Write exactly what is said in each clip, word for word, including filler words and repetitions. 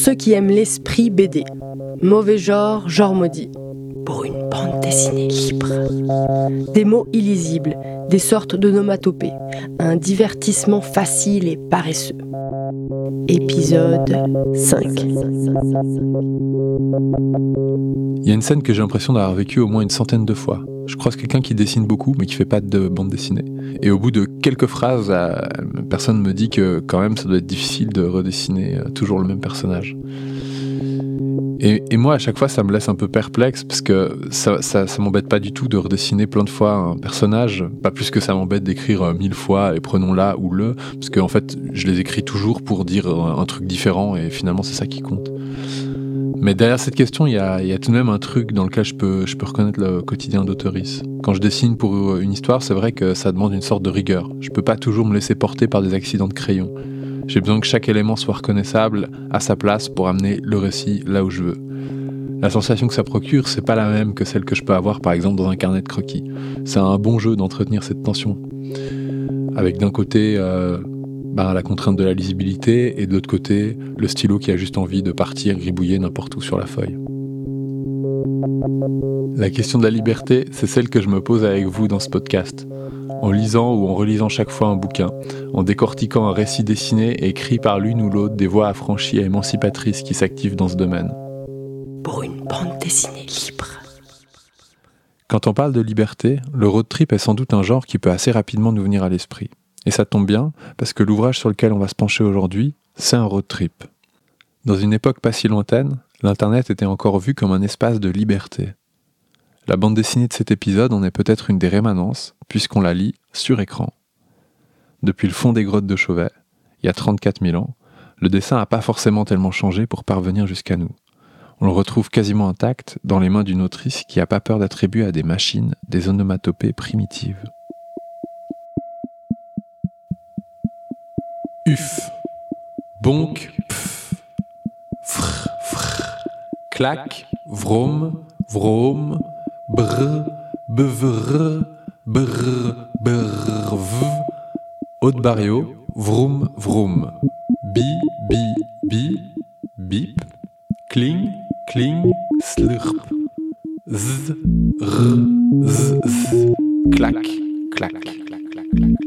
ceux qui aiment l'esprit B D. Mauvais genre, genre maudit. Pour une bande dessinée libre. Des mots illisibles, des sortes d'onomatopées. Un divertissement facile et paresseux. Épisode cinq. Il y a une scène que j'ai l'impression d'avoir vécue au moins une centaine de fois. Je croise quelqu'un qui dessine beaucoup mais qui fait pas de bande dessinée. Et au bout de quelques phrases, la personne me dit que quand même ça doit être difficile de redessiner toujours le même personnage. Et, et moi à chaque fois ça me laisse un peu perplexe parce que ça, ça, ça m'embête pas du tout de redessiner plein de fois un personnage, pas plus que ça m'embête d'écrire mille fois et prenons là ou le, parce qu'en fait je les écris toujours pour dire un truc différent et finalement c'est ça qui compte. Mais derrière cette question, il y a, il y a tout de même un truc dans lequel je peux, je peux reconnaître le quotidien d'auteurice. Quand je dessine pour une histoire, c'est vrai que ça demande une sorte de rigueur. Je peux pas toujours me laisser porter par des accidents de crayon. J'ai besoin que chaque élément soit reconnaissable à sa place pour amener le récit là où je veux. La sensation que ça procure, c'est pas la même que celle que je peux avoir par exemple dans un carnet de croquis. C'est un bon jeu d'entretenir cette tension. Avec d'un côté... Euh, Ben, la contrainte de la lisibilité, et de l'autre côté, le stylo qui a juste envie de partir gribouiller n'importe où sur la feuille. La question de la liberté, c'est celle que je me pose avec vous dans ce podcast. En lisant ou en relisant chaque fois un bouquin, en décortiquant un récit dessiné et écrit par l'une ou l'autre des voix affranchies et émancipatrices qui s'activent dans ce domaine. Pour une bande dessinée libre. Quand on parle de liberté, le road trip est sans doute un genre qui peut assez rapidement nous venir à l'esprit. Et ça tombe bien, parce que l'ouvrage sur lequel on va se pencher aujourd'hui, c'est un road trip. Dans une époque pas si lointaine, l'Internet était encore vu comme un espace de liberté. La bande dessinée de cet épisode en est peut-être une des rémanences, puisqu'on la lit sur écran. Depuis le fond des grottes de Chauvet, il y a trente-quatre mille ans, le dessin n'a pas forcément tellement changé pour parvenir jusqu'à nous. On le retrouve quasiment intact dans les mains d'une autrice qui n'a pas peur d'attribuer à des machines des onomatopées primitives. Uf, bonk, pf, fr, fr, clac, vroom, vroom, brr, bevr, brr, brr, v, Aude Barrio, vroom, vroom, bi, bi, bi, bip, kling, kling, slurp, z, r, z, z, clac, clac, clac, clac, clac, clac.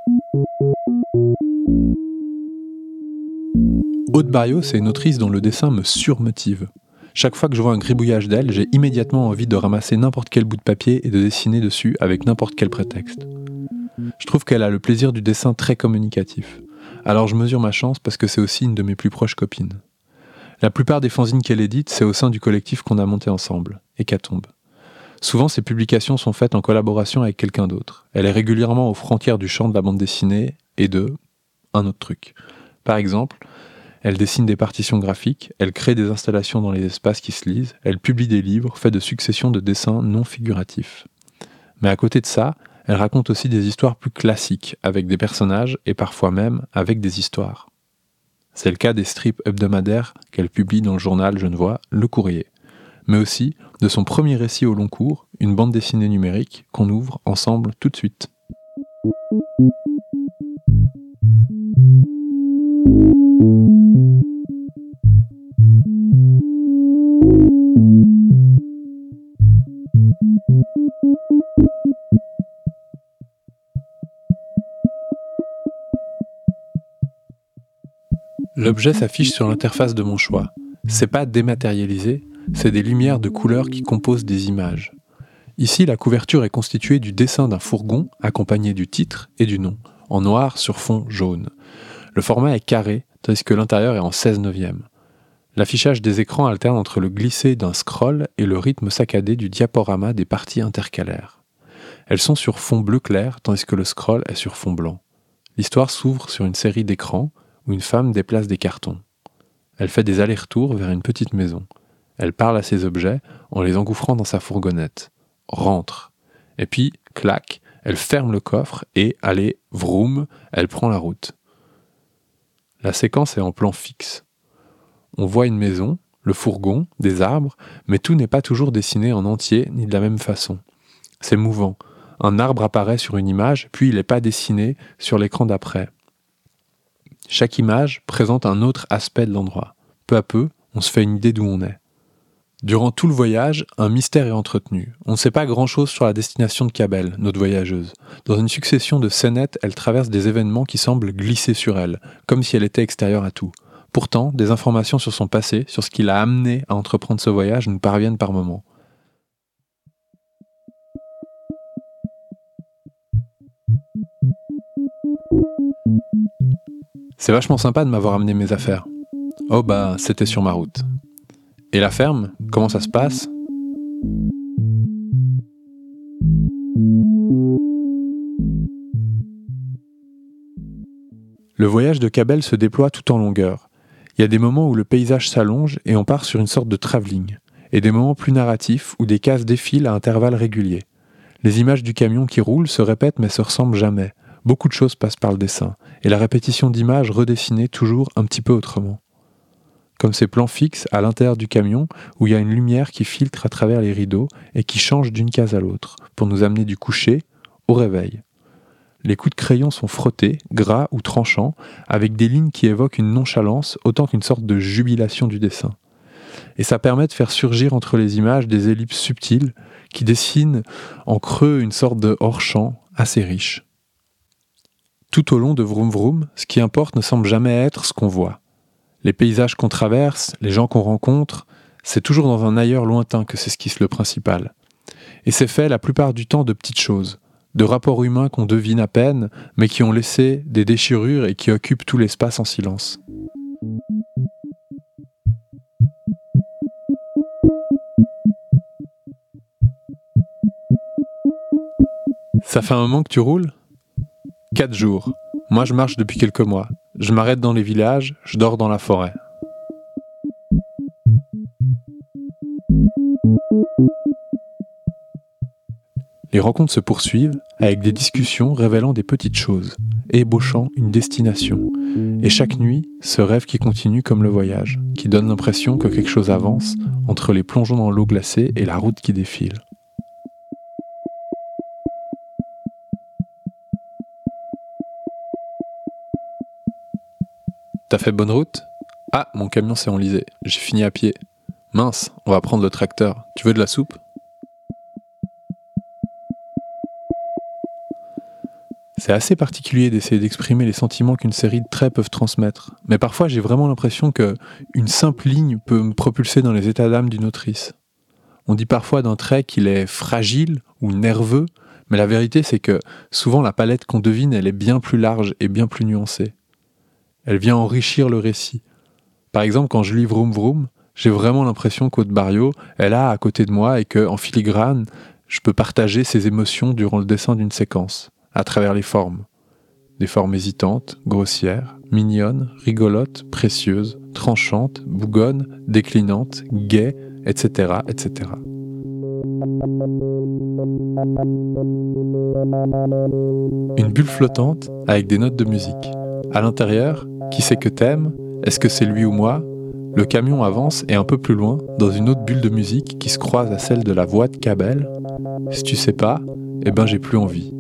Aude Barrio, c'est une autrice dont le dessin me surmotive. Chaque fois que je vois un gribouillage d'elle, j'ai immédiatement envie de ramasser n'importe quel bout de papier et de dessiner dessus avec n'importe quel prétexte. Je trouve qu'elle a le plaisir du dessin très communicatif. Alors je mesure ma chance parce que c'est aussi une de mes plus proches copines. La plupart des fanzines qu'elle édite, c'est au sein du collectif qu'on a monté ensemble, Hécatombe. Souvent, ces publications sont faites en collaboration avec quelqu'un d'autre. Elle est régulièrement aux frontières du champ de la bande dessinée et de un autre truc. Par exemple, elle dessine des partitions graphiques, elle crée des installations dans les espaces qui se lisent, elle publie des livres faits de successions de dessins non figuratifs. Mais à côté de ça, elle raconte aussi des histoires plus classiques, avec des personnages et parfois même avec des histoires. C'est le cas des strips hebdomadaires qu'elle publie dans le journal genevois Le Courrier, mais aussi de son premier récit au long cours, une bande dessinée numérique qu'on ouvre ensemble tout de suite. L'objet s'affiche sur l'interface de mon choix. C'est pas dématérialisé, c'est des lumières de couleurs qui composent des images. Ici, la couverture est constituée du dessin d'un fourgon accompagné du titre et du nom, en noir sur fond jaune. Le format est carré, tandis que l'intérieur est en seize neuvième. L'affichage des écrans alterne entre le glisser d'un scroll et le rythme saccadé du diaporama des parties intercalaires. Elles sont sur fond bleu clair, tandis que le scroll est sur fond blanc. L'histoire s'ouvre sur une série d'écrans où une femme déplace des cartons. Elle fait des allers-retours vers une petite maison. Elle parle à ses objets en les engouffrant dans sa fourgonnette. Rentre. Et puis, clac, elle ferme le coffre et, allez, vroom, elle prend la route. La séquence est en plan fixe. On voit une maison, le fourgon, des arbres, mais tout n'est pas toujours dessiné en entier ni de la même façon. C'est mouvant. Un arbre apparaît sur une image, puis il n'est pas dessiné sur l'écran d'après. Chaque image présente un autre aspect de l'endroit. peu à peu, on se fait une idée d'où on est. Durant tout le voyage, un mystère est entretenu. On ne sait pas grand-chose sur la destination de Kabel, notre voyageuse. Dans une succession de scénettes, elle traverse des événements qui semblent glisser sur elle, comme si elle était extérieure à tout. Pourtant, des informations sur son passé, sur ce qui l'a amenée à entreprendre ce voyage, nous parviennent par moments. C'est vachement sympa de m'avoir amené mes affaires. Oh bah, c'était sur ma route. Et la ferme, comment ça se passe ? Le voyage de Kabel se déploie tout en longueur. Il y a des moments où le paysage s'allonge et on part sur une sorte de travelling, et des moments plus narratifs où des cases défilent à intervalles réguliers. Les images du camion qui roule se répètent mais se ressemblent jamais. Beaucoup de choses passent par le dessin, et la répétition d'images redessinées toujours un petit peu autrement. Comme ces plans fixes à l'intérieur du camion où il y a une lumière qui filtre à travers les rideaux et qui change d'une case à l'autre pour nous amener du coucher au réveil. Les coups de crayon sont frottés, gras ou tranchants, avec des lignes qui évoquent une nonchalance autant qu'une sorte de jubilation du dessin. Et ça permet de faire surgir entre les images des ellipses subtiles qui dessinent en creux une sorte de hors-champ assez riche. Tout au long de Vroom Vroom, ce qui importe ne semble jamais être ce qu'on voit. Les paysages qu'on traverse, les gens qu'on rencontre, c'est toujours dans un ailleurs lointain que s'esquisse le principal. Et c'est fait la plupart du temps de petites choses, de rapports humains qu'on devine à peine, mais qui ont laissé des déchirures et qui occupent tout l'espace en silence. Ça fait un moment que tu roules ? Quatre jours. Moi, je marche depuis quelques mois. Je m'arrête dans les villages, je dors dans la forêt. Les rencontres se poursuivent avec des discussions révélant des petites choses, ébauchant une destination. Et chaque nuit, ce rêve qui continue comme le voyage, qui donne l'impression que quelque chose avance entre les plongeons dans l'eau glacée et la route qui défile. T'as fait bonne route ? Ah, mon camion s'est enlisé. J'ai fini à pied. Mince, on va prendre le tracteur. Tu veux de la soupe ? C'est assez particulier d'essayer d'exprimer les sentiments qu'une série de traits peuvent transmettre. Mais parfois, j'ai vraiment l'impression que une simple ligne peut me propulser dans les états d'âme d'une autrice. On dit parfois d'un trait qu'il est fragile ou nerveux, mais la vérité, c'est que souvent la palette qu'on devine, elle est bien plus large et bien plus nuancée. Elle vient enrichir le récit. Par exemple, quand je lis Vroom Vroom, j'ai vraiment l'impression qu'Aude Barriot est là à côté de moi et qu'en filigrane, je peux partager ses émotions durant le dessin d'une séquence, à travers les formes. Des formes hésitantes, grossières, mignonnes, rigolotes, précieuses, tranchantes, bougonnes, déclinantes, gaies, et cetera, et cetera. Une bulle flottante avec des notes de musique. À l'intérieur, qui c'est que t'aimes ? Est-ce que c'est lui ou moi ? Le camion avance et un peu plus loin, dans une autre bulle de musique qui se croise à celle de la voix de Kabel. Si tu sais pas, eh ben j'ai plus envie.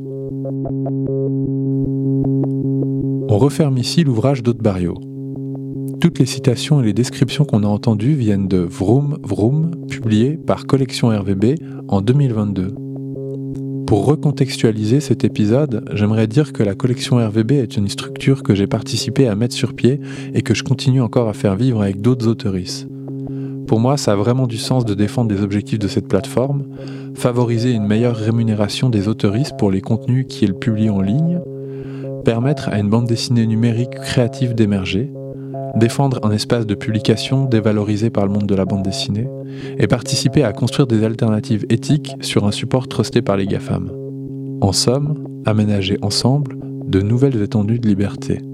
On referme ici l'ouvrage d'Aude Barriot. Toutes les citations et les descriptions qu'on a entendues viennent de Vroom Vroom, publié par Collection R V B en deux mille vingt-deux. Pour recontextualiser cet épisode, j'aimerais dire que la Collection R V B est une structure que j'ai participé à mettre sur pied et que je continue encore à faire vivre avec d'autres auteurices. Pour moi, ça a vraiment du sens de défendre les objectifs de cette plateforme, favoriser une meilleure rémunération des auteuristes pour les contenus qu'ils publient en ligne, permettre à une bande dessinée numérique créative d'émerger, défendre un espace de publication dévalorisé par le monde de la bande dessinée, et participer à construire des alternatives éthiques sur un support trusté par les GAFAM. En somme, aménager ensemble de nouvelles étendues de liberté.